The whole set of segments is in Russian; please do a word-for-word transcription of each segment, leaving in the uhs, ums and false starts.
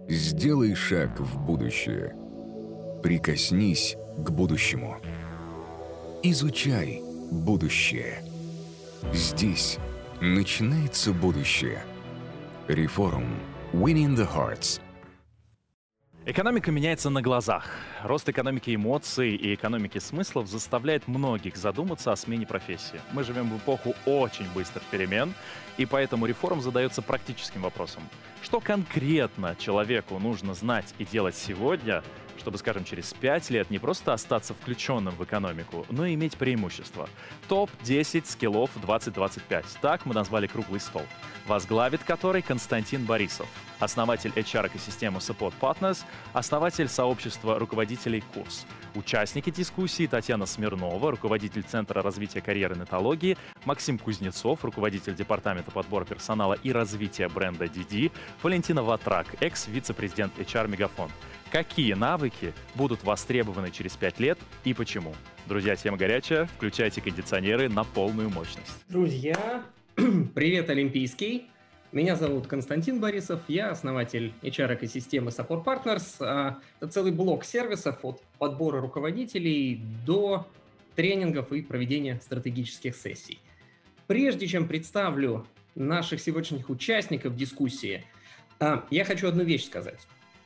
Сделай шаг в будущее. Прикоснись к будущему. Изучай будущее. Здесь начинается будущее. Reforum. Winning the Hearts. Экономика меняется на глазах. Рост экономики эмоций и экономики смыслов заставляет многих задуматься о смене профессии. Мы живем в эпоху очень быстрых перемен, и поэтому Reforum задается практическим вопросом. Что конкретно человеку нужно знать и делать сегодня, чтобы, скажем, через пять лет не просто остаться включенным в экономику, но и иметь преимущество? топ десять скиллов двадцать двадцать пять. Так мы назвали круглый стол, возглавит который Константин Борисов, основатель эйч ар-экосистемы Support Partners, основатель сообщества руководителей Курс. Участники дискуссии: Татьяна Смирнова, руководитель Центра развития карьеры нетологии, Максим Кузнецов, руководитель департамента подбора персонала и развития бренда ди ди, Валентина Ватрак, экс-вице-президент эйч ар Мегафон. Какие навыки будут востребованы через пять лет и почему? Друзья, тема горячая, включайте кондиционеры на полную мощность. Друзья, привет, Олимпийский. Меня зовут Константин Борисов, я основатель эйч ар-экосистемы Support Partners. Это целый блок сервисов от подбора руководителей до тренингов и проведения стратегических сессий. Прежде чем представлю наших сегодняшних участников дискуссии, я хочу одну вещь сказать.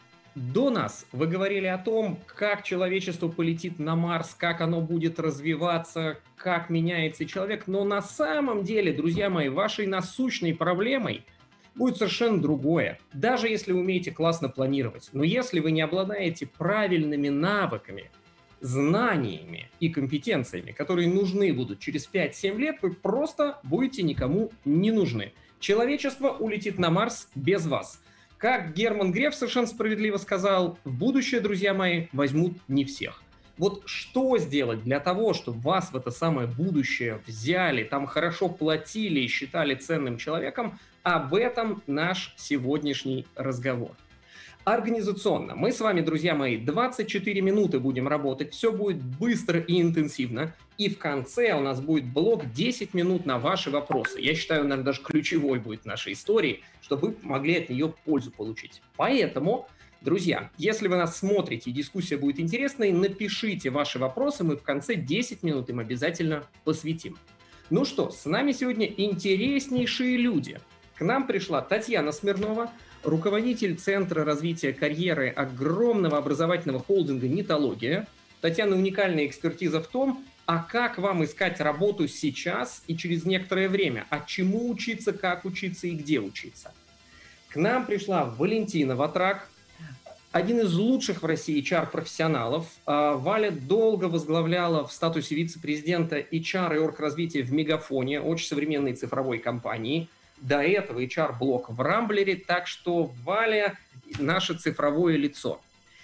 До нас вы говорили о том, как человечество полетит на Марс, как оно будет развиваться, как меняется человек. Но на самом деле, друзья мои, вашей насущной проблемой будет совершенно другое. Даже если вы умеете классно планировать, но если вы не обладаете правильными навыками, знаниями и компетенциями, которые нужны будут через пять-семь лет, вы просто будете никому не нужны. Человечество улетит на Марс без вас. Как Герман Греф совершенно справедливо сказал, в будущее, друзья мои, возьмут не всех. Вот что сделать для того, чтобы вас в это самое будущее взяли, там хорошо платили и считали ценным человеком, об этом наш сегодняшний разговор. Организационно. Мы с вами, друзья мои, двадцать четыре минуты будем работать, все будет быстро и интенсивно, и в конце у нас будет блок десять минут на ваши вопросы. Я считаю, наверное, даже ключевой будет в нашей истории, чтобы вы могли от нее пользу получить. Поэтому, друзья, если вы нас смотрите и дискуссия будет интересной, напишите ваши вопросы, мы в конце десять минут им обязательно посвятим. Ну что, с нами сегодня интереснейшие люди. К нам пришла Татьяна Смирнова, руководитель Центра развития карьеры огромного образовательного холдинга «Нетология». Татьяна, уникальная экспертиза в том, а как вам искать работу сейчас и через некоторое время, а чему учиться, как учиться и где учиться. К нам пришла Валентина Ватрак, один из лучших в России эйч ар-профессионалов. Валя долго возглавляла в статусе вице-президента эйч ар и оргразвития в Мегафоне, очень современной цифровой компании. До этого эйч ар-блок в Рамблере, так что Валя – наше цифровое лицо.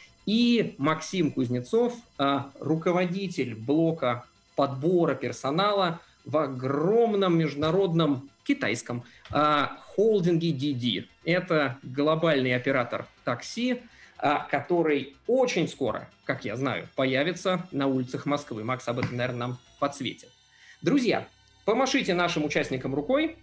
И Максим Кузнецов, руководитель блока подбора персонала в огромном международном китайском холдинге ди ди. Это глобальный оператор такси, который очень скоро, как я знаю, появится на улицах Москвы. Макс об этом, наверное, нам подсветит. Друзья, помашите нашим участникам рукой.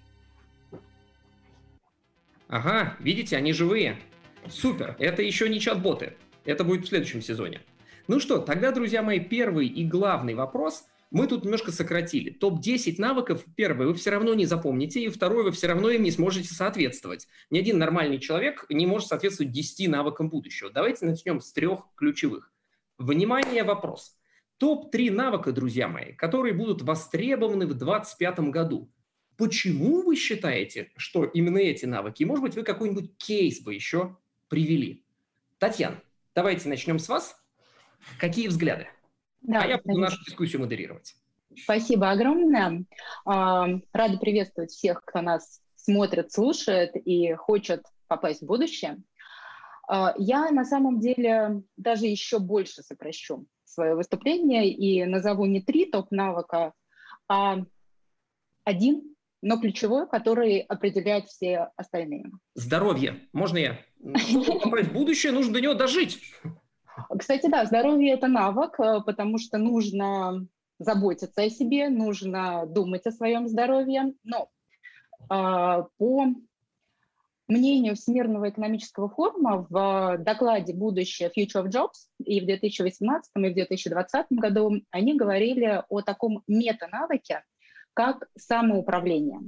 Ага, видите, они живые. Супер, это еще не чат-боты. Это будет в следующем сезоне. Ну что, тогда, друзья мои, первый и главный вопрос мы тут немножко сократили. топ десять навыков, первое, вы все равно не запомните, и второе, вы все равно им не сможете соответствовать. Ни один нормальный человек не может соответствовать десяти навыкам будущего. Давайте начнем с трех ключевых. Внимание, вопрос. топ три навыка, друзья мои, которые будут востребованы в двадцать пятом году. Почему вы считаете, что именно эти навыки? И, может быть, вы какой-нибудь кейс бы еще привели? Татьяна, давайте начнем с вас. Какие взгляды? Да, а я буду конечно. нашу дискуссию модерировать. Спасибо огромное. Рада приветствовать всех, кто нас смотрит, слушает и хочет попасть в будущее. Я на самом деле даже еще больше сокращу свое выступление и назову не три топ-навыка, а один, но ключевой, который определяет все остальные. Здоровье. Можно я? Чтобы попасть в будущее, нужно до него дожить. Кстати, да, здоровье – это навык, потому что нужно заботиться о себе, нужно думать о своем здоровье. Но э, по мнению Всемирного экономического форума в докладе «Будущее Future of Jobs» и в две тысячи восемнадцатом, и в две тысячи двадцатом году они говорили о таком мета-навыке, как самоуправление.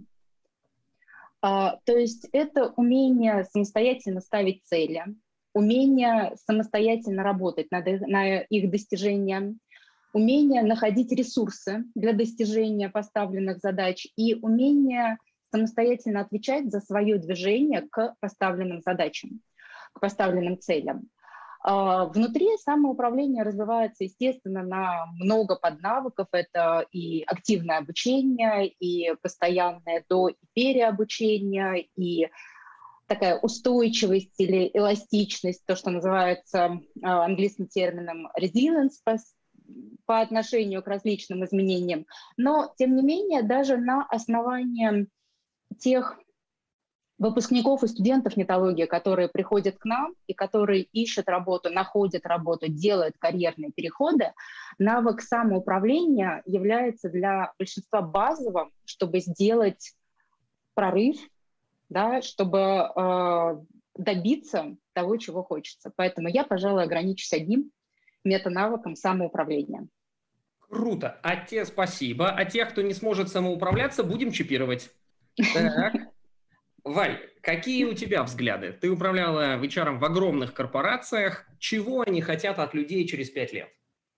То есть это умение самостоятельно ставить цели, умение самостоятельно работать над их, на их достижением, умение находить ресурсы для достижения поставленных задач и умение самостоятельно отвечать за свое движение к поставленным задачам, к поставленным целям. Внутри самоуправление развивается, естественно, на много поднавыков. Это и активное обучение, и постоянное до- и переобучение, и такая устойчивость или эластичность, то, что называется английским термином resilience по, по отношению к различным изменениям. Но, тем не менее, даже на основании тех выпускников и студентов нетологии, которые приходят к нам и которые ищут работу, находят работу, делают карьерные переходы, навык самоуправления является для большинства базовым, чтобы сделать прорыв, да, чтобы э, добиться того, чего хочется. Поэтому я, пожалуй, ограничусь одним метанавыком самоуправления. Круто. А те спасибо. А тех, кто не сможет самоуправляться, будем чипировать. Так. Валь, какие у тебя взгляды? Ты управляла эйч ар в огромных корпорациях. Чего они хотят от людей через пять лет?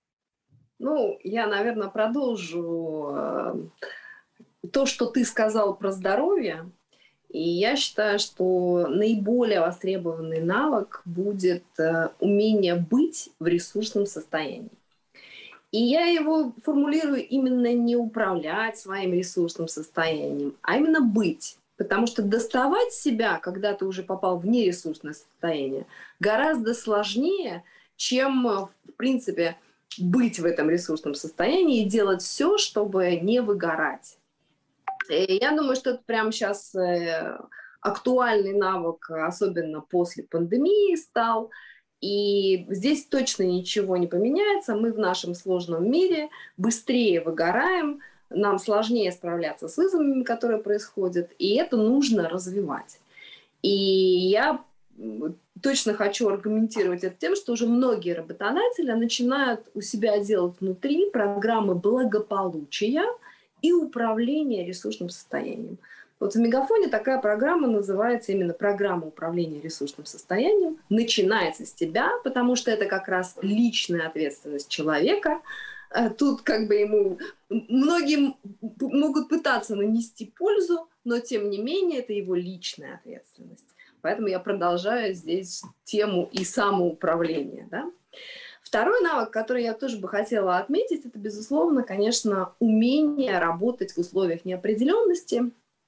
Ну, я, наверное, продолжу э, то, что ты сказал про здоровье. И я считаю, что наиболее востребованный навык будет э, умение быть в ресурсном состоянии. И я его формулирую именно не управлять своим ресурсным состоянием, а именно быть. Потому что доставать себя, когда ты уже попал в нересурсное состояние, гораздо сложнее, чем, в принципе, быть в этом ресурсном состоянии и делать все, чтобы не выгорать. И я думаю, что это прямо сейчас актуальный навык, особенно после пандемии стал. И здесь точно ничего не поменяется. Мы в нашем сложном мире быстрее выгораем, нам сложнее справляться с вызовами, которые происходят, и это нужно развивать. И я точно хочу аргументировать это тем, что уже многие работодатели начинают у себя делать внутри программы благополучия и управления ресурсным состоянием. Вот в Мегафоне такая программа называется именно программа управления ресурсным состоянием. Начинается с тебя, потому что это как раз личная ответственность человека. Тут как бы ему многим могут пытаться нанести пользу, но тем не менее это его личная ответственность. Поэтому я продолжаю здесь тему и самоуправления. Да? Второй навык, который я тоже бы хотела отметить, это, безусловно, конечно, умение работать в условиях неопределенности.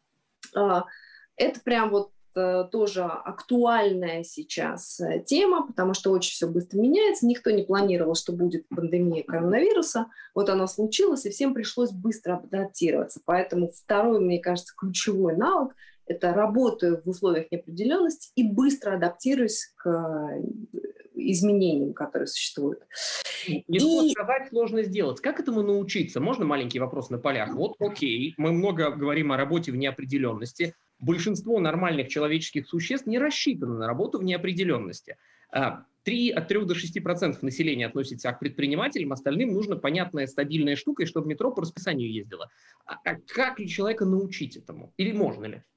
Это прям вот тоже актуальная сейчас тема, потому что очень все быстро меняется. Никто не планировал, что будет пандемия коронавируса. Вот она случилась, и всем пришлось быстро адаптироваться. Поэтому второй, мне кажется, ключевой навык – это работаю в условиях неопределенности и быстро адаптируюсь к изменениям, которые существуют. Легко и... сказать, сложно сделать. Как этому научиться? Можно маленький вопрос на полях? Вот окей, мы много говорим о работе в неопределенности. Большинство нормальных человеческих существ не рассчитано на работу в неопределенности. три от трёх до шести процентов населения относится к предпринимателям, остальным нужна понятная стабильная штука, и чтобы метро по расписанию ездило. А как ли человека научить этому? Или можно ли?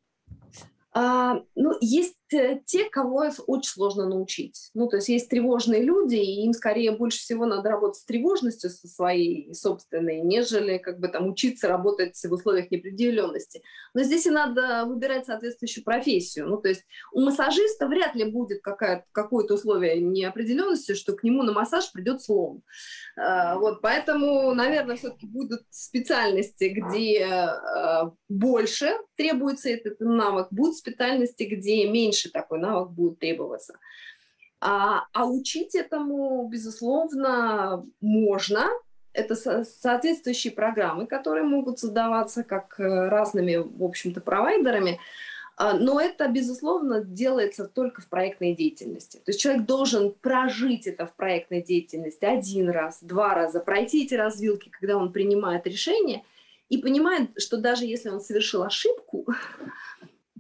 А, ну, есть те, кого очень сложно научить. Ну, то есть есть тревожные люди, и им скорее больше всего надо работать с тревожностью со своей собственной, нежели как бы там учиться работать в условиях неопределенности. Но здесь и надо выбирать соответствующую профессию. Ну, то есть у массажиста вряд ли будет какое-то условие неопределенности, что к нему на массаж придет слон. А, вот, поэтому, наверное, все-таки будут специальности, где а, больше требуется этот навык, будут специальности, где меньше такой навык будет требоваться. А, а учить этому, безусловно, можно. Это со- соответствующие программы, которые могут создаваться как разными, в общем-то, провайдерами. А, но это, безусловно, делается только в проектной деятельности. То есть человек должен прожить это в проектной деятельности один раз, два раза, пройти эти развилки, когда он принимает решение, и понимает, что даже если он совершил ошибку,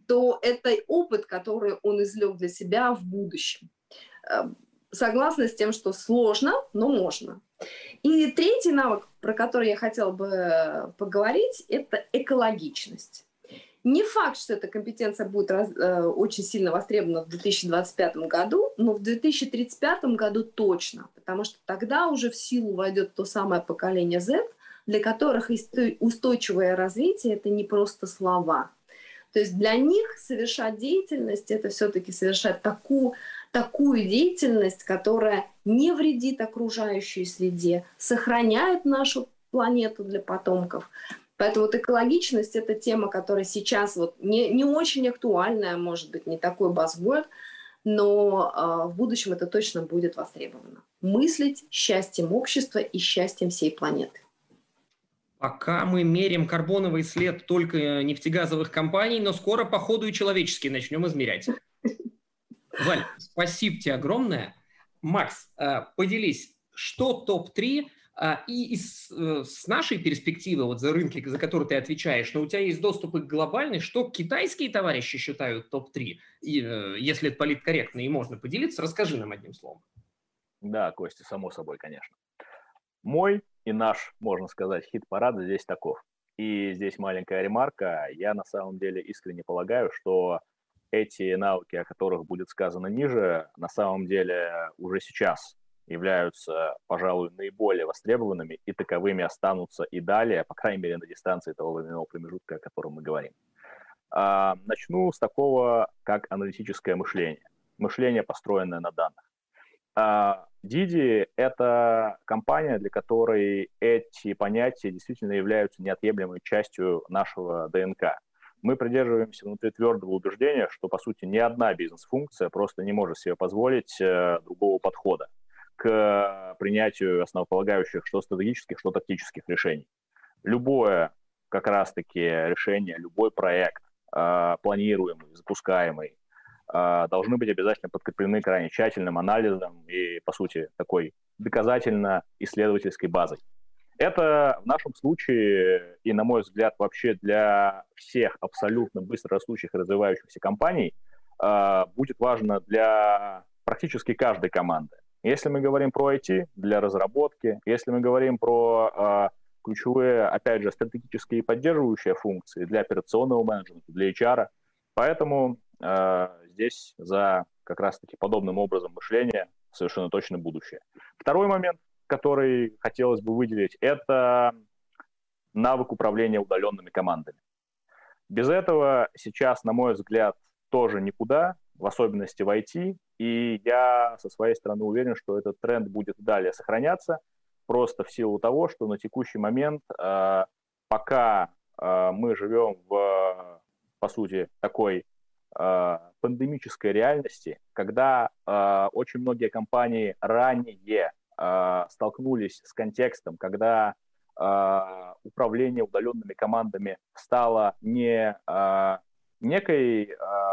то это опыт, который он извлек для себя в будущем. Согласна с тем, что сложно, но можно. И третий навык, про который я хотела бы поговорить, это экологичность. Не факт, что эта компетенция будет раз, э, очень сильно востребована в две тысячи двадцать пятом году, но в две тысячи тридцать пятом году точно, потому что тогда уже в силу войдет то самое поколение Z, для которых устойчивое развитие – это не просто слова. То есть для них совершать деятельность – это все-таки совершать такую, такую деятельность, которая не вредит окружающей среде, сохраняет нашу планету для потомков. Поэтому вот экологичность – это тема, которая сейчас вот не, не очень актуальная, может быть, не такой buzzword, но э, в будущем это точно будет востребовано. Мыслить счастьем общества и счастьем всей планеты. Пока мы меряем карбоновый след только нефтегазовых компаний, но скоро, по ходу, и человеческий начнем измерять. Валь, спасибо тебе огромное. Макс, поделись, что топ три, и из, с нашей перспективы, вот за рынки, за которые ты отвечаешь, но у тебя есть доступ к глобальной, что китайские товарищи считают топ три, и, если это политкорректно и можно поделиться, расскажи нам одним словом. Да, Костя, само собой, конечно. Мой и наш, можно сказать, хит-парад здесь таков. И здесь маленькая ремарка. Я на самом деле искренне полагаю, что эти навыки, о которых будет сказано ниже, на самом деле уже сейчас являются, пожалуй, наиболее востребованными, и таковыми останутся и далее, по крайней мере, на дистанции того временного промежутка, о котором мы говорим. А, начну с такого, как аналитическое мышление. Мышление, построенное на данных. Didi – это компания, для которой эти понятия действительно являются неотъемлемой частью нашего ДНК. Мы придерживаемся внутри твердого убеждения, что, по сути, ни одна бизнес-функция просто не может себе позволить другого подхода к принятию основополагающих что стратегических, что тактических решений. Любое, как раз-таки, решение, любой проект, планируемый, запускаемый, должны быть обязательно подкреплены крайне тщательным анализом и, по сути, такой доказательно-исследовательской базой. Это в нашем случае и, на мой взгляд, вообще для всех абсолютно быстро растущих и развивающихся компаний будет важно для практически каждой команды. Если мы говорим про ай ти, для разработки, если мы говорим про ключевые, опять же, стратегические и поддерживающие функции для операционного менеджмента, для эйч ар. Поэтому здесь за как раз-таки подобным образом мышления совершенно точно будущее. Второй момент, который хотелось бы выделить, это навык управления удаленными командами. Без этого сейчас, на мой взгляд, тоже никуда, в особенности в ай ти, и я со своей стороны уверен, что этот тренд будет далее сохраняться, просто в силу того, что на текущий момент, пока мы живем в, по сути, такой пандемической реальности, когда э, очень многие компании ранее э, столкнулись с контекстом, когда э, управление удаленными командами стало не э, некой э,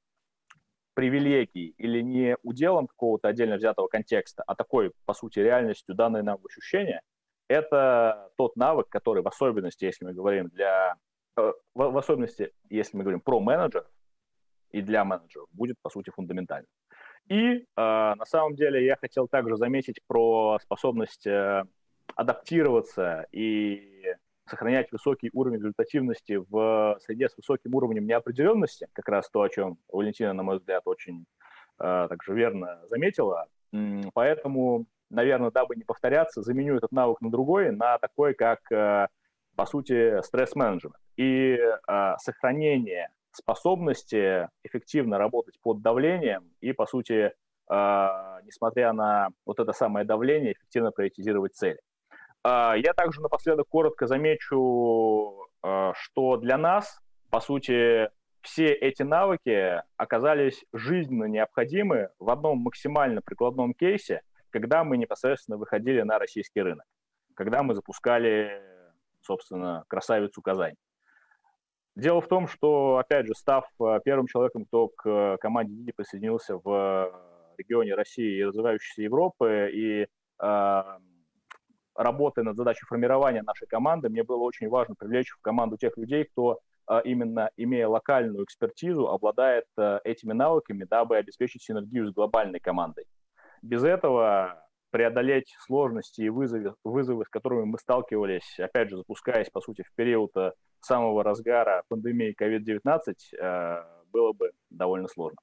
привилегией или не уделом какого-то отдельно взятого контекста, а такой, по сути, реальностью, данной нам ощущения, это тот навык, который в особенности, если мы говорим для, э, в, в особенности, если мы говорим про менеджеров, и для менеджеров будет, по сути, фундаментально. И э, на самом деле я хотел также заметить про способность э, адаптироваться и сохранять высокий уровень результативности в среде с высоким уровнем неопределенности, как раз то, о чем Валентина, на мой взгляд, очень э, также верно заметила. Поэтому, наверное, дабы не повторяться, заменю этот навык на другой, на такой, как, э, по сути, стресс-менеджмент и э, сохранение способности эффективно работать под давлением и, по сути, э, несмотря на вот это самое давление, эффективно приоритизировать цели. Э, я также напоследок коротко замечу, э, что для нас, по сути, все эти навыки оказались жизненно необходимы в одном максимально прикладном кейсе, когда мы непосредственно выходили на российский рынок, когда мы запускали, собственно, красавицу Казань. Дело в том, что, опять же, став первым человеком, кто к команде Didi присоединился в регионе России и развивающейся Европы, и э, работая над задачей формирования нашей команды, мне было очень важно привлечь в команду тех людей, кто э, а именно имея локальную экспертизу, обладает этими навыками, дабы обеспечить синергию с глобальной командой. Без этого преодолеть сложности и вызовы, вызовы, с которыми мы сталкивались, опять же, запускаясь, по сути, в период самого разгара пандемии ковид девятнадцать, было бы довольно сложно.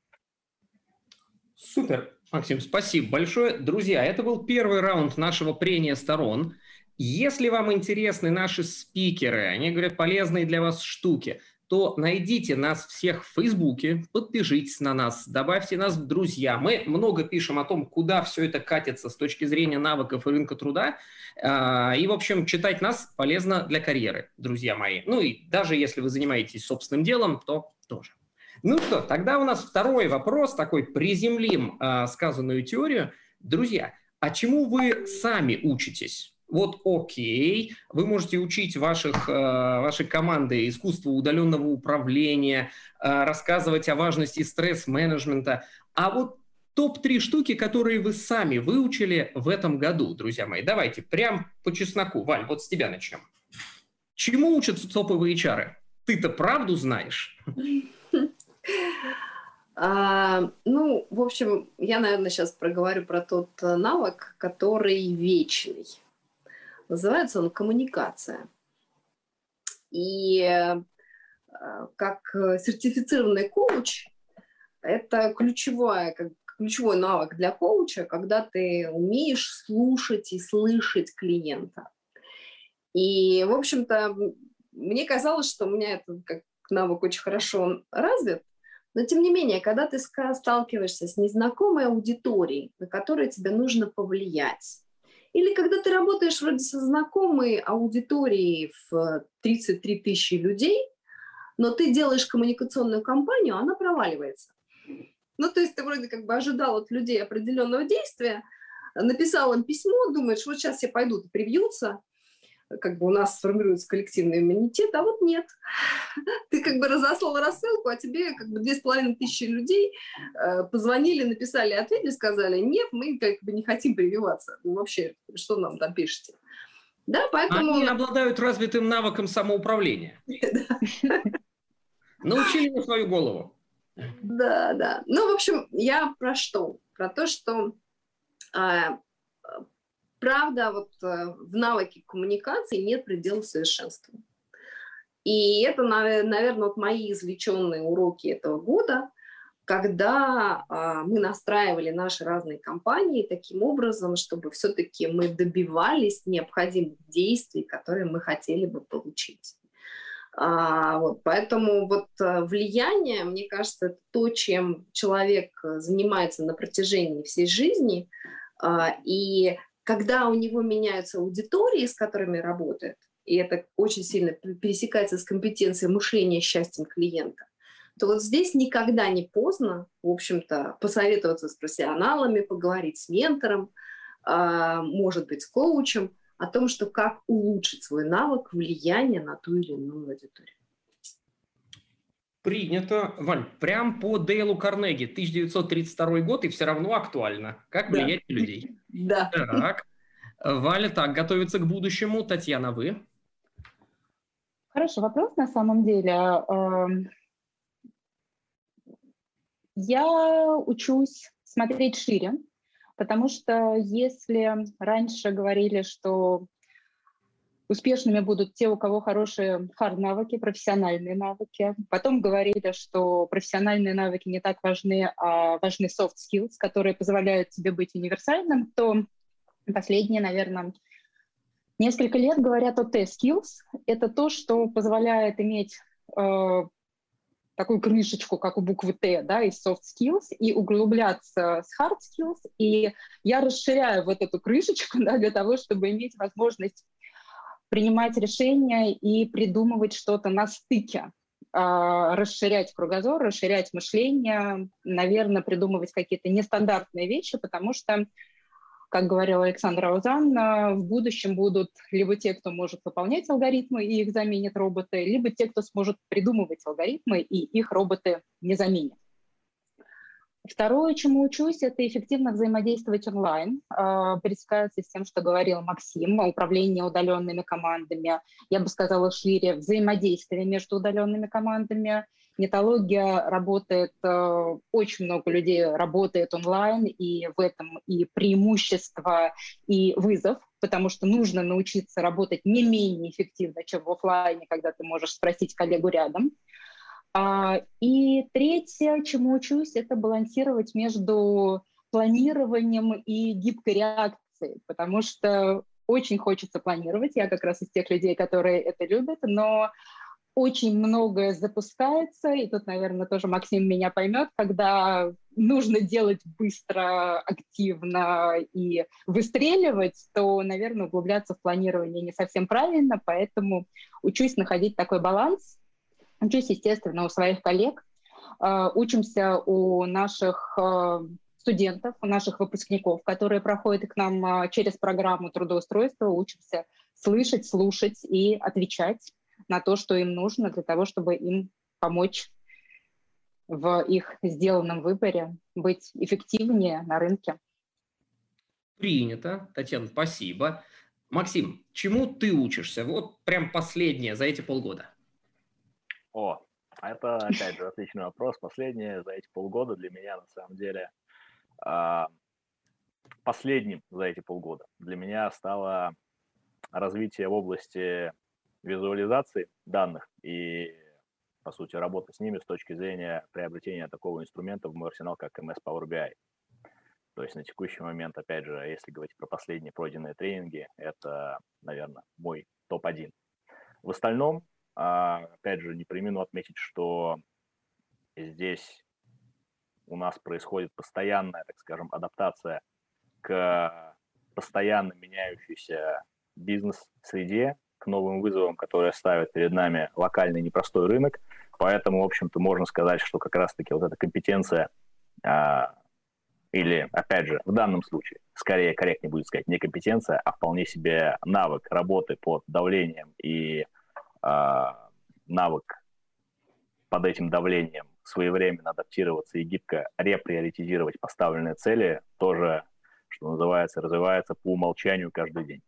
Супер, Максим, спасибо большое. Друзья, это был первый раунд нашего прения сторон. Если вам интересны наши спикеры, они говорят полезные для вас штуки, то найдите нас всех в Фейсбуке, подпишитесь на нас, добавьте нас в друзья. Мы много пишем о том, куда все это катится с точки зрения навыков и рынка труда. И, в общем, читать нас полезно для карьеры, друзья мои. Ну и даже если вы занимаетесь собственным делом, то тоже. Ну что, тогда у нас второй вопрос, такой приземлим сказанную теорию. Друзья, а чему вы сами учитесь? Вот окей, вы можете учить ваших, вашей команды искусству удаленного управления, рассказывать о важности стресс-менеджмента. А вот топ три штуки, которые вы сами выучили в этом году, друзья мои. Давайте прям по чесноку. Валь, вот с тебя начнем. Чему учатся топовые эйч ар? Ты-то правду знаешь? А, ну, в общем, я, наверное, сейчас проговорю про тот навык, который вечный. Называется он коммуникация. И э, как сертифицированный коуч, это ключевой, как, ключевой навык для коуча, когда ты умеешь слушать и слышать клиента. И, в общем-то, мне казалось, что у меня этот как навык очень хорошо развит, но, тем не менее, когда ты сталкиваешься с незнакомой аудиторией, на которую тебе нужно повлиять, или когда ты работаешь вроде со знакомой аудиторией в тридцать три тысячи людей, но ты делаешь коммуникационную кампанию, она проваливается. Ну, то есть ты вроде как бы ожидал от людей определенного действия, написал им письмо, думаешь, вот сейчас все пойдут и привьются, как бы у нас сформируется коллективный иммунитет, а вот нет. Ты как бы разослал рассылку, а тебе как бы две с половиной тысячи людей э, позвонили, написали ответ и сказали, нет, мы как бы не хотим прививаться. Ну, вообще, что нам там пишете? Да, поэтому... Они обладают развитым навыком самоуправления. Научили на свою голову. Да, да. Ну, в общем, я про что? Про то, что... Правда, вот в навыке коммуникации нет предела совершенству. И это, наверное, вот мои извлеченные уроки этого года, когда а, мы настраивали наши разные компании таким образом, чтобы все-таки мы добивались необходимых действий, которые мы хотели бы получить. А, вот, поэтому вот влияние, мне кажется, это то, чем человек занимается на протяжении всей жизни, а, и когда у него меняются аудитории, с которыми работает, и это очень сильно пересекается с компетенцией мышления счастьем клиента, то вот здесь никогда не поздно, в общем-то, посоветоваться с профессионалами, поговорить с ментором, может быть, с коучем о том, что как улучшить свой навык влияния на ту или иную аудиторию. Принято. Валь, прям по Дейлу Карнеги, тысяча девятьсот тридцать второй год, и все равно актуально. Как влиять на людей? Да. Так. Валя, так, готовится к будущему. Татьяна, вы? Хороший вопрос на самом деле. Я учусь смотреть шире, потому что если раньше говорили, что успешными будут те, у кого хорошие хард-навыки, профессиональные навыки. Потом говорили, что профессиональные навыки не так важны, а важны soft skills, которые позволяют тебе быть универсальным, то последние, наверное, несколько лет говорят о T-skills. Это то, что позволяет иметь э, такую крышечку, как у буквы Т, да, из soft skills, и углубляться с hard skills. И я расширяю вот эту крышечку, да, для того, чтобы иметь возможность принимать решения и придумывать что-то на стыке, расширять кругозор, расширять мышление, наверное, придумывать какие-то нестандартные вещи, потому что, как говорил Александр Аузан, в будущем будут либо те, кто может выполнять алгоритмы и их заменят роботы, либо те, кто сможет придумывать алгоритмы и их роботы не заменят. Второе, чему учусь, это эффективно взаимодействовать онлайн. Э, Пересекается с тем, что говорил Максим, управление удаленными командами. Я бы сказала шире, взаимодействие между удаленными командами. Нетология работает, э, очень много людей работает онлайн, и в этом и преимущество, и вызов, потому что нужно научиться работать не менее эффективно, чем в офлайне, когда ты можешь спросить коллегу рядом. А, И третье, чему учусь, это балансировать между планированием и гибкой реакцией, потому что очень хочется планировать. Я как раз из тех людей, которые это любят, но очень многое запускается, и тут, наверное, тоже Максим меня поймет, когда нужно делать быстро, активно и выстреливать, то, наверное, углубляться в планирование не совсем правильно, поэтому учусь находить такой баланс. Учусь, естественно, у своих коллег, э, учимся у наших э, студентов, у наших выпускников, которые проходят к нам э, через программу трудоустройства, учимся слышать, слушать и отвечать на то, что им нужно для того, чтобы им помочь в их сделанном выборе быть эффективнее на рынке. Принято. Татьяна, спасибо. Максим, чему ты учишься? Вот прям последнее за эти полгода. О, это, опять же, отличный вопрос. Последнее за эти полгода для меня, на самом деле, а, последним за эти полгода для меня стало развитие в области визуализации данных и, по сути, работы с ними с точки зрения приобретения такого инструмента в мой арсенал, как эм эс Power би ай. То есть на текущий момент, опять же, если говорить про последние пройденные тренинги, это, наверное, мой топ один. В остальном, опять же, не премину отметить, что здесь у нас происходит постоянная, так скажем, адаптация к постоянно меняющейся бизнес-среде, к новым вызовам, которые ставят перед нами локальный непростой рынок. Поэтому, в общем-то, можно сказать, что как раз-таки вот эта компетенция, а, или, опять же, в данном случае, скорее корректнее будет сказать, не компетенция, а вполне себе навык работы под давлением и а, навык под этим давлением своевременно адаптироваться и гибко реприоритизировать поставленные цели, тоже, что называется, развивается по умолчанию каждый день.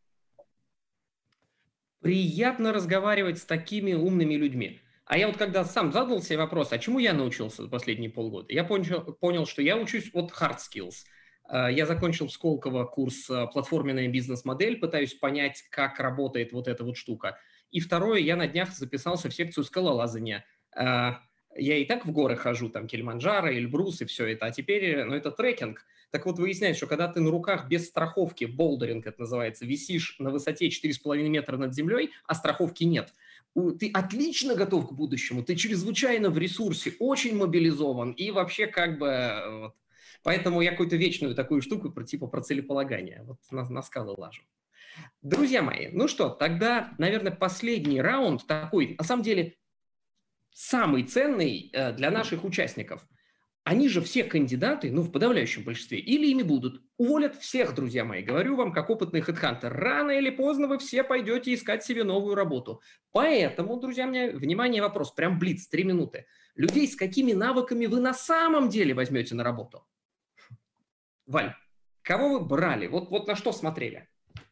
Приятно разговаривать с такими умными людьми. А я вот когда сам задал себе вопрос, а чему я научился за последние полгода, я понял, понял, что я учусь от hard skills. Я закончил в Сколково курс «Платформенная бизнес-модель», пытаюсь понять, как работает вот эта вот штука. И второе, я на днях записался в секцию скалолазания. Я и так в горы хожу, там Килиманджаро, Эльбрус и все это, а теперь, ну, это трекинг. Так вот, выясняется, что когда ты на руках без страховки, болдеринг это называется, висишь на высоте четыре с половиной метра над землей, а страховки нет, ты отлично готов к будущему, ты чрезвычайно в ресурсе, очень мобилизован и вообще как бы... Вот. Поэтому я какую-то вечную такую штуку про, типа про целеполагание, вот на, на скалы лажу. Друзья мои, ну что, тогда, наверное, последний раунд такой, на самом деле, самый ценный для наших участников. Они же все кандидаты, ну, в подавляющем большинстве, или ими будут. Уволят всех, друзья мои. Говорю вам, как опытный хедхантер, рано или поздно вы все пойдете искать себе новую работу. Поэтому, друзья мои, внимание, вопрос, прям блиц, три минуты. Людей с какими навыками вы на самом деле возьмете на работу? Валь, кого вы брали? Вот, вот на что смотрели?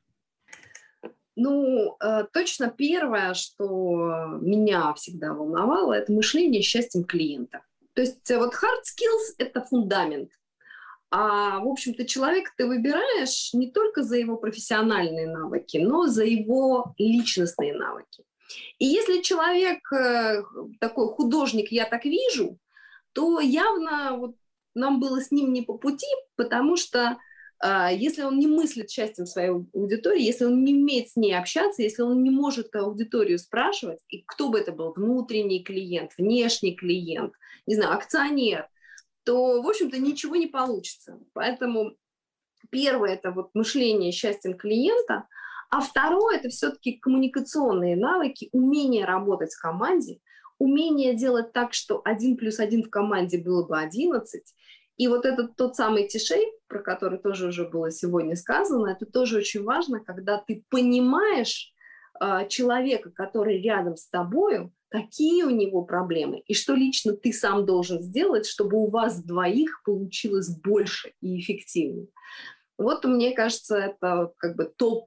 Ну, точно первое, что меня всегда волновало, это мышление счастьем клиента. То есть вот hard skills – это фундамент. А, в общем-то, человека ты выбираешь не только за его профессиональные навыки, но за его личностные навыки. И если человек такой художник, я так вижу, то явно вот нам было с ним не по пути, потому что если он не мыслит счастьем своей аудитории, если он не умеет с ней общаться, если он не может аудиторию спрашивать, и кто бы это был, внутренний клиент, внешний клиент, не знаю, акционер, то, в общем-то, ничего не получится. Поэтому первое – это вот мышление счастьем клиента, а второе – это все-таки коммуникационные навыки, умение работать в команде, умение делать так, что один плюс один в команде было бы одиннадцать. И вот этот тот самый T-shape, про который тоже уже было сегодня сказано, это тоже очень важно, когда ты понимаешь э, человека, который рядом с тобою, какие у него проблемы и что лично ты сам должен сделать, чтобы у вас двоих получилось больше и эффективнее. Вот, мне кажется, это как бы топ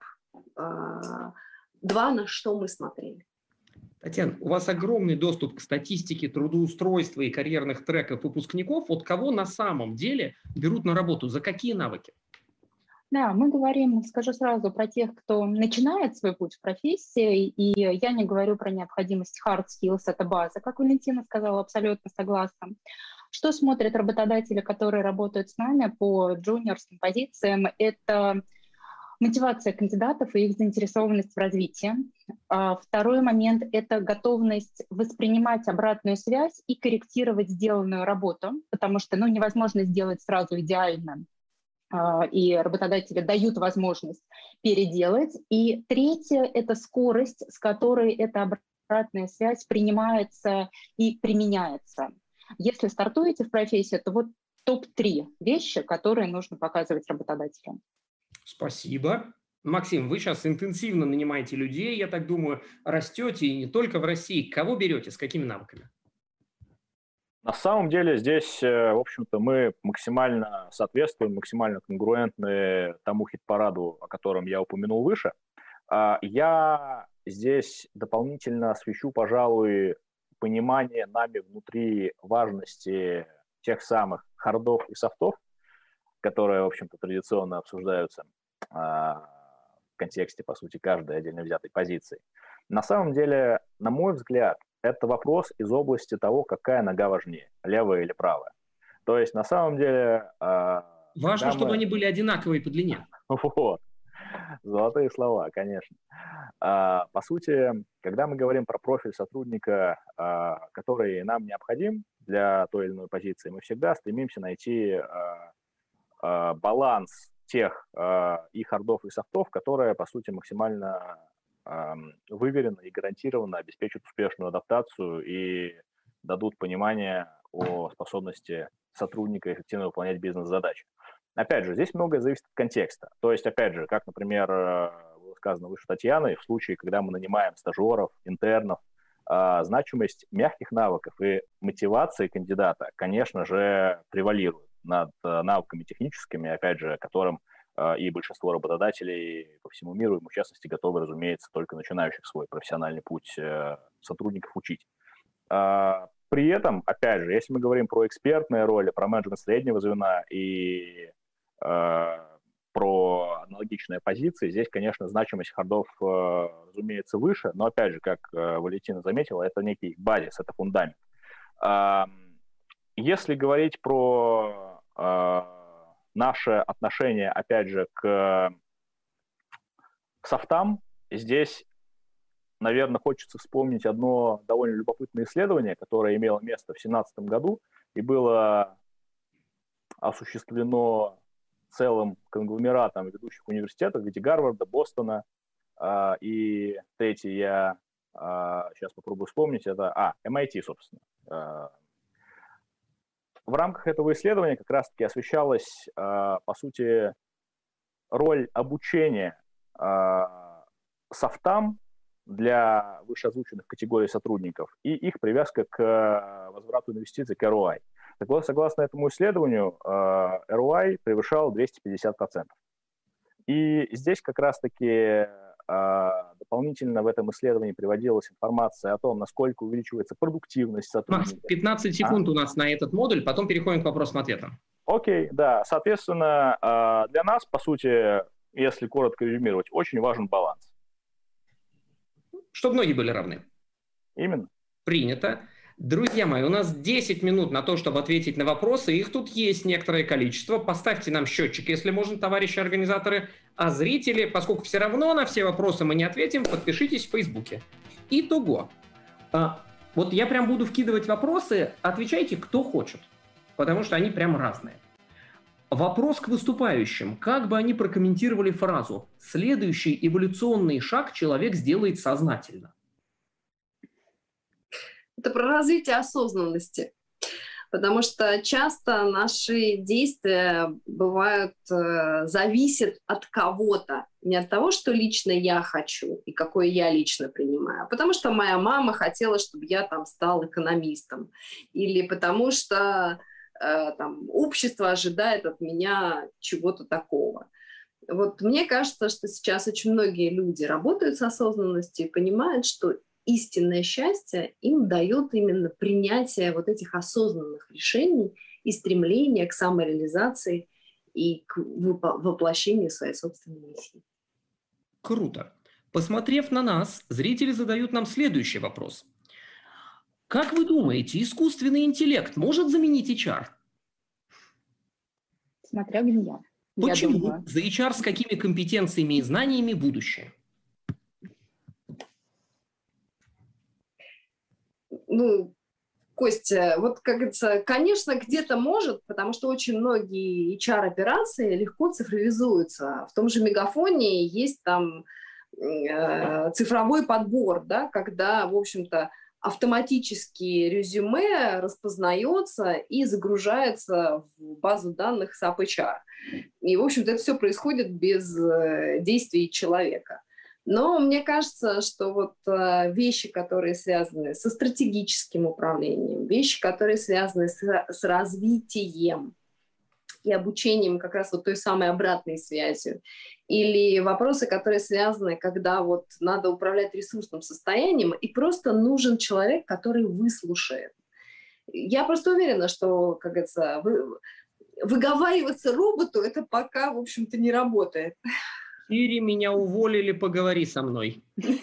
два, на что мы смотрели. Татьяна, у вас огромный доступ к статистике трудоустройства и карьерных треков выпускников. Вот кого на самом деле берут на работу? За какие навыки? Да, мы говорим, скажу сразу, про тех, кто начинает свой путь в профессии, и я не говорю про необходимость hard skills, это база. Как Валентина сказала, абсолютно согласна. Что смотрят работодатели, которые работают с нами по джуниорским позициям? Это мотивация кандидатов и их заинтересованность в развитии. Второй момент – это готовность воспринимать обратную связь и корректировать сделанную работу, потому что ну, невозможно сделать сразу идеально, и работодатели дают возможность переделать. И третье – это скорость, с которой эта обратная связь принимается и применяется. Если стартуете в профессию, то вот топ три вещи, которые нужно показывать работодателям. Спасибо. Максим, вы сейчас интенсивно нанимаете людей, я так думаю, растете и не только в России. Кого берете, с какими навыками? На самом деле здесь, в общем-то, мы максимально соответствуем, максимально конгруентны тому хит-параду, о котором я упомянул выше. Я здесь дополнительно освещу, пожалуй, понимание нами внутри важности тех самых хардов и софтов, которые, в общем-то, традиционно обсуждаются в контексте, по сути, каждой отдельно взятой позиции. На самом деле, на мой взгляд, это вопрос из области того, какая нога важнее, левая или правая. То есть, на самом деле... Важно, чтобы мы... они были одинаковые по длине. Вот. Золотые слова, конечно. По сути, когда мы говорим про профиль сотрудника, который нам необходим для той или иной позиции, мы всегда стремимся найти баланс тех и хардов, и софтов, которые, по сути, максимально выверенно и гарантированно обеспечат успешную адаптацию и дадут понимание о способности сотрудника эффективно выполнять бизнес-задачи. Опять же, здесь многое зависит от контекста. То есть, опять же, как, например, было сказано выше Татьяной, в случае, когда мы нанимаем стажеров, интернов, значимость мягких навыков и мотивации кандидата, конечно же, превалирует над навыками техническими, опять же, которым и большинство работодателей по всему миру, и в частности, готовы, разумеется, только начинающих свой профессиональный путь сотрудников учить. При этом, опять же, если мы говорим про экспертные роли, про менеджмент среднего звена и про аналогичные позиции, здесь, конечно, значимость хардов, разумеется, выше, но, опять же, как Валентина заметила, это некий базис, это фундамент. Если говорить про наше отношение, опять же, к, к софтам, здесь, наверное, хочется вспомнить одно довольно любопытное исследование, которое имело место в две тысячи семнадцатом году и было осуществлено целым конгломератом ведущих университетов в виде Гарварда, Бостона, э, и третий я э, сейчас попробую вспомнить, это а, эм ай ти, собственно. Э, в рамках этого исследования как раз-таки освещалась, э, по сути, роль обучения э, софтам для вышеозвученных категорий сотрудников и их привязка к возврату инвестиций, к эр о ай. Так вот, согласно этому исследованию, эр о ай превышал двести пятьдесят процентов. И здесь как раз-таки дополнительно в этом исследовании приводилась информация о том, насколько увеличивается продуктивность сотрудников. пятнадцать секунд а? у нас на этот модуль, потом переходим к вопросам-ответам. Окей, да. Соответственно, для нас, по сути, если коротко резюмировать, очень важен баланс. Чтобы ноги были равны. Именно. Принято. Друзья мои, у нас десять минут на то, чтобы ответить на вопросы. Их тут есть некоторое количество. Поставьте нам счетчик, если можно, товарищи организаторы. А зрители, поскольку все равно на все вопросы мы не ответим, подпишитесь в Фейсбуке. Итого. А, вот я прям буду вкидывать вопросы. Отвечайте, кто хочет. Потому что они прям разные. Вопрос к выступающим. Как бы они прокомментировали фразу «Следующий эволюционный шаг человек сделает сознательно»? Это про развитие осознанности. Потому что часто наши действия бывают, э, зависят от кого-то. Не от того, что лично я хочу и какое я лично принимаю, а потому что моя мама хотела, чтобы я там стал экономистом. Или потому что э, там, общество ожидает от меня чего-то такого. Вот мне кажется, что сейчас очень многие люди работают с осознанностью и понимают, что истинное счастье им дает именно принятие вот этих осознанных решений и стремление к самореализации и к воплощению своей собственной миссии. Круто. Посмотрев на нас, зрители задают нам следующий вопрос. Как вы думаете, искусственный интеллект может заменить эйч ар? Смотря где. Почему? За эйч ар с какими компетенциями и знаниями будущее? Ну, Костя, вот, как говорится, конечно, где-то может, потому что очень многие эйч ар-операции легко цифровизуются. В том же Мегафоне есть там э, цифровой подбор, да, когда, в общем-то, автоматически резюме распознается и загружается в базу данных сап эйч ар. И, в общем-то, это все происходит без э, действий человека. Но мне кажется, что вот э, вещи, которые связаны со стратегическим управлением, вещи, которые связаны с, с развитием и обучением как раз вот той самой обратной связью, или вопросы, которые связаны, когда вот надо управлять ресурсным состоянием, и просто нужен человек, который выслушает. Я просто уверена, что, как говорится, вы, выговариваться роботу, это пока, в общем-то, не работает. Сири, меня уволили, поговори со мной.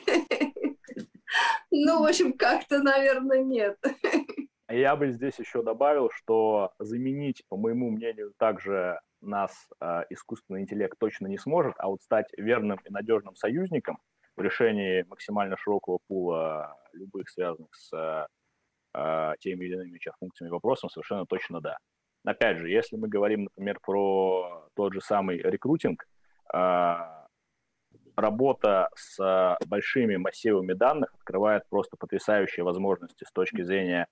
Ну, в общем, как-то, наверное, нет. Я бы здесь еще добавил, что заменить, по моему мнению, также нас э, искусственный интеллект точно не сможет, а вот стать верным и надежным союзником в решении максимально широкого пула любых связанных с э, теми или иными эйч ар-функциями вопросом совершенно точно да. Опять же, если мы говорим, например, про тот же самый рекрутинг, работа с большими массивами данных открывает просто потрясающие возможности с точки зрения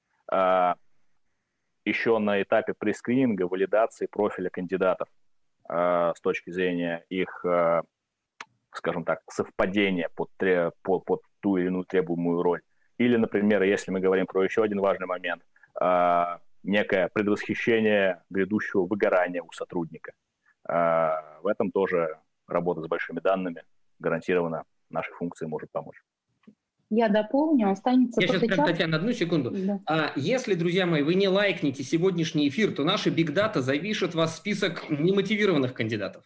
еще на этапе прескрининга, валидации профиля кандидатов, с точки зрения их, скажем так, совпадения под, под, под ту или иную требуемую роль. Или, например, если мы говорим про еще один важный момент, некое предвосхищение грядущего выгорания у сотрудника. В этом тоже работа с большими данными гарантированно нашей функции может помочь. Я дополню, останется... Я сейчас прям, час... Татьяна, одну секунду. Да. А, если, друзья мои, вы не лайкнете сегодняшний эфир, то наши бигдата завишат вас в список немотивированных кандидатов.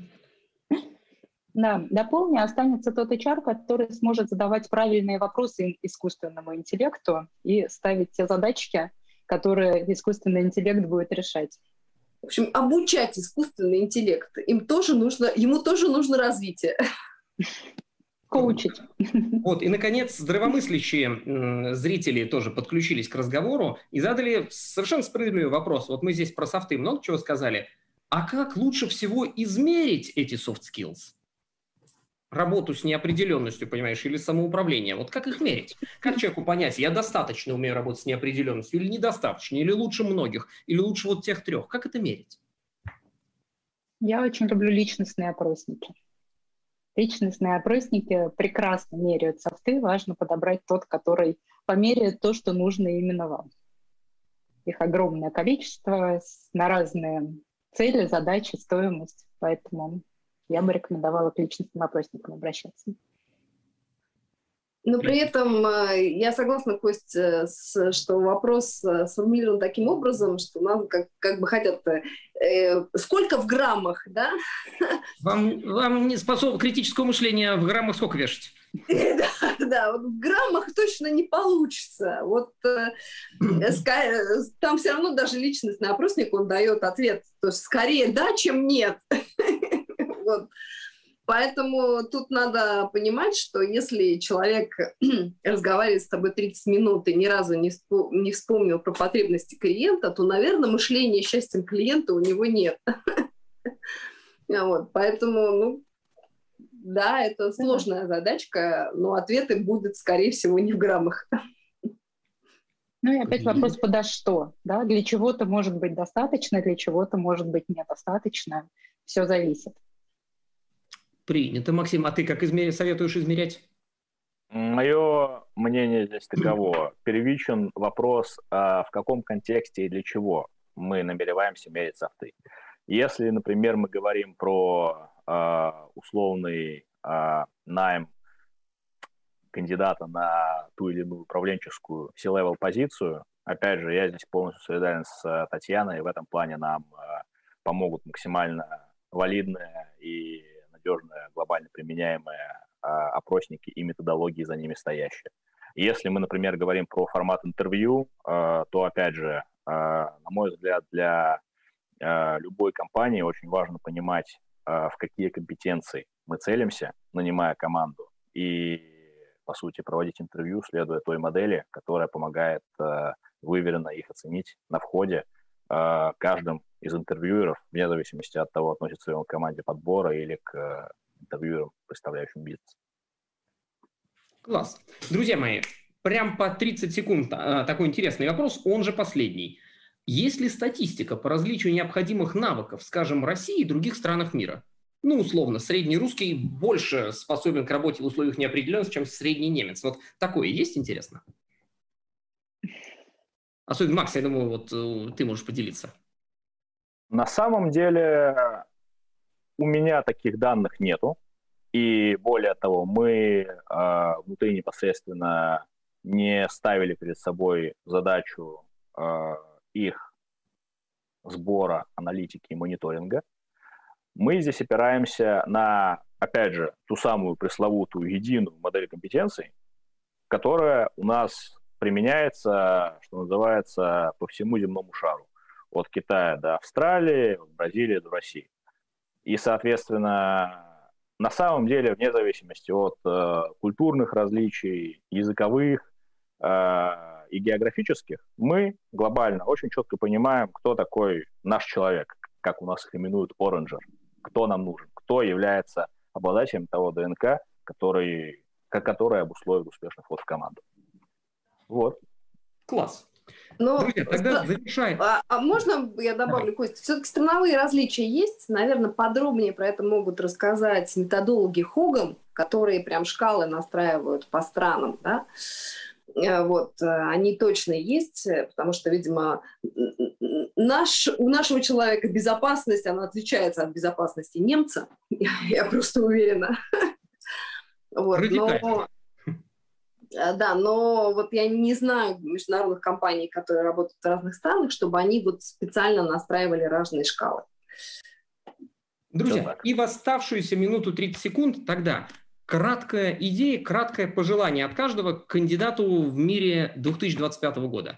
Да, дополню, останется тот эйч ар, который сможет задавать правильные вопросы искусственному интеллекту и ставить те задачки, которые искусственный интеллект будет решать. В общем, обучать искусственный интеллект, им тоже нужно, ему тоже нужно развитие. Коучить. Вот, и, наконец, здравомыслящие м, зрители тоже подключились к разговору и задали совершенно справедливый вопрос. Вот мы здесь про софты много чего сказали. А как лучше всего измерить эти soft skills? Работу с неопределенностью, понимаешь, или самоуправление. Вот как их мерить? Как человеку понять, я достаточно умею работать с неопределенностью или недостаточно, или лучше многих, или лучше вот тех трех? Как это мерить? Я очень люблю личностные опросники. Личностные опросники прекрасно меряют софты. Важно подобрать тот, который померяет то, что нужно именно вам. Их огромное количество на разные цели, задачи, стоимость. Поэтому я бы рекомендовала к личностным опросникам обращаться. Но при этом я согласна, Костя, с, что вопрос сформулирован таким образом, что нам как, как бы хотят... Э, сколько в граммах, да? Вам, вам не способно критическое мышление в граммах сколько вешать? Да, да, вот в граммах точно не получится. Вот там все равно даже личностный опросник, он дает ответ, то есть скорее да, чем нет. Вот. Поэтому тут надо понимать, что если человек разговаривает с тобой тридцать минут и ни разу не, вспом- не вспомнил про потребности клиента, то, наверное, мышления счастьем клиента у него нет. Вот. Поэтому, ну, да, это сложная задачка, но ответы будут, скорее всего, не в граммах. Ну и опять вопрос, подо что? Да? Для чего-то может быть достаточно, для чего-то может быть недостаточно. Все зависит. Принято. Максим, а ты как измер... советуешь измерять? Мое мнение здесь таково. Первичен вопрос, а в каком контексте и для чего мы намереваемся мерить софты. Если, например, мы говорим про а, условный а, найм кандидата на ту или иную управленческую C-level позицию, опять же, я здесь полностью солидарен с Татьяной, и в этом плане нам а, помогут максимально валидные и надежные, глобально применяемые опросники и методологии за ними стоящие. Если мы, например, говорим про формат интервью, то, опять же, на мой взгляд, для любой компании очень важно понимать, в какие компетенции мы целимся, нанимая команду, и, по сути, проводить интервью, следуя той модели, которая помогает выверенно их оценить на входе каждым из интервьюеров, вне зависимости от того, относится ли он к команде подбора или к интервьюерам, представляющим бизнес. Класс. Друзья мои, прям по тридцать секунд а, такой интересный вопрос, он же последний. Есть ли статистика по различию необходимых навыков, скажем, России и других странах мира? Ну, условно, средний русский больше способен к работе в условиях неопределенности, чем средний немец. Вот такое есть, интересно? Особенно, Макс, я думаю, вот ты можешь поделиться. На самом деле у меня таких данных нету. И более того, мы э, внутри непосредственно не ставили перед собой задачу э, их сбора, аналитики и мониторинга. Мы здесь опираемся на, опять же, ту самую пресловутую единую модель компетенций, которая у нас применяется, что называется, по всему земному шару. От Китая до Австралии, от Бразилии до России. И, соответственно, на самом деле, вне зависимости от э, культурных различий, языковых э, и географических, мы глобально очень четко понимаем, кто такой наш человек, как у нас их именуют оранжер, кто нам нужен, кто является обладателем того ДНК, который, который обусловит успешный вход в команду. Вот. Класс. Но, Друзья, тогда завершаем. А, а можно я добавлю, Давай. Костя? Все-таки страновые различия есть. Наверное, подробнее про это могут рассказать методологи Хоган, которые прям шкалы настраивают по странам. Да? Вот, они точно есть, потому что, видимо, наш, у нашего человека безопасность, она отличается от безопасности немца. Я, я просто уверена. Вот, но... Да, но вот я не знаю международных компаний, которые работают в разных странах, чтобы они вот специально настраивали разные шкалы. Друзья, и в оставшуюся минуту тридцать секунд тогда краткая идея, краткое пожелание от каждого к кандидату в мире две тысячи двадцать пятого года.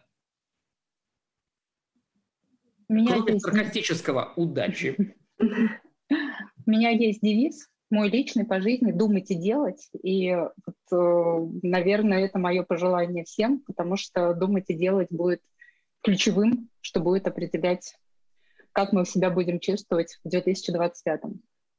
Кроме саркастического «удачи». У меня есть девиз. Мой личный по жизни «думать и делать». И, вот, наверное, это мое пожелание всем, потому что думать и делать будет ключевым, что будет определять, как мы себя будем чувствовать в две тысячи двадцать пятом.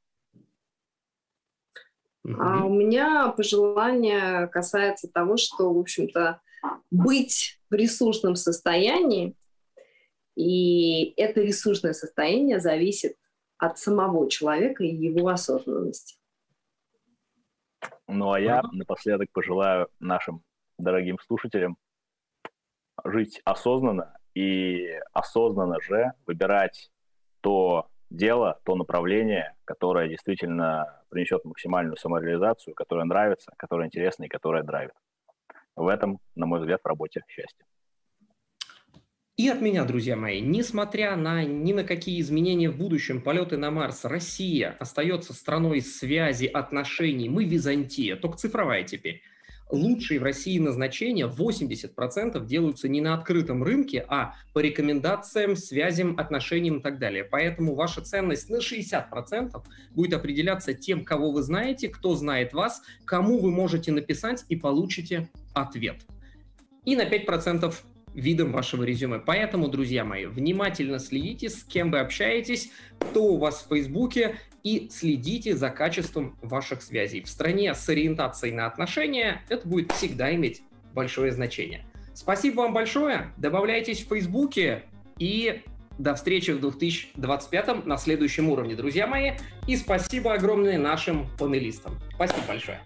А у меня пожелание касается того, что, в общем-то, быть в ресурсном состоянии, и это ресурсное состояние зависит от самого человека и его осознанности. Ну, а я напоследок пожелаю нашим дорогим слушателям жить осознанно и осознанно же выбирать то дело, то направление, которое действительно принесет максимальную самореализацию, которое нравится, которое интересно и которое драйвит. В этом, на мой взгляд, в работе счастье. И от меня, друзья мои, несмотря на ни на какие изменения в будущем, полеты на Марс, Россия остается страной связи, отношений. Мы Византия, только цифровая теперь. Лучшие в России назначения восемьдесят процентов делаются не на открытом рынке, а по рекомендациям, связям, отношениям и так далее. Поэтому ваша ценность на шестьдесят процентов будет определяться тем, кого вы знаете, кто знает вас, кому вы можете написать и получите ответ. И на пять процентов видом вашего резюме. Поэтому, друзья мои, внимательно следите, с кем вы общаетесь, кто у вас в Фейсбуке, и следите за качеством ваших связей. В стране с ориентацией на отношения это будет всегда иметь большое значение. Спасибо вам большое. Добавляйтесь в Фейсбуке и до встречи в две тысячи двадцать пятом на следующем уровне, друзья мои. И спасибо огромное нашим панелистам. Спасибо большое.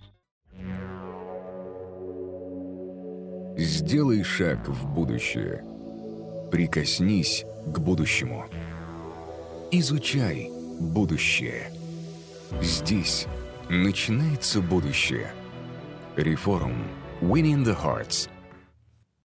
Сделай шаг в будущее. Прикоснись к будущему. Изучай будущее. Здесь начинается будущее. Reforum. Winning the Hearts.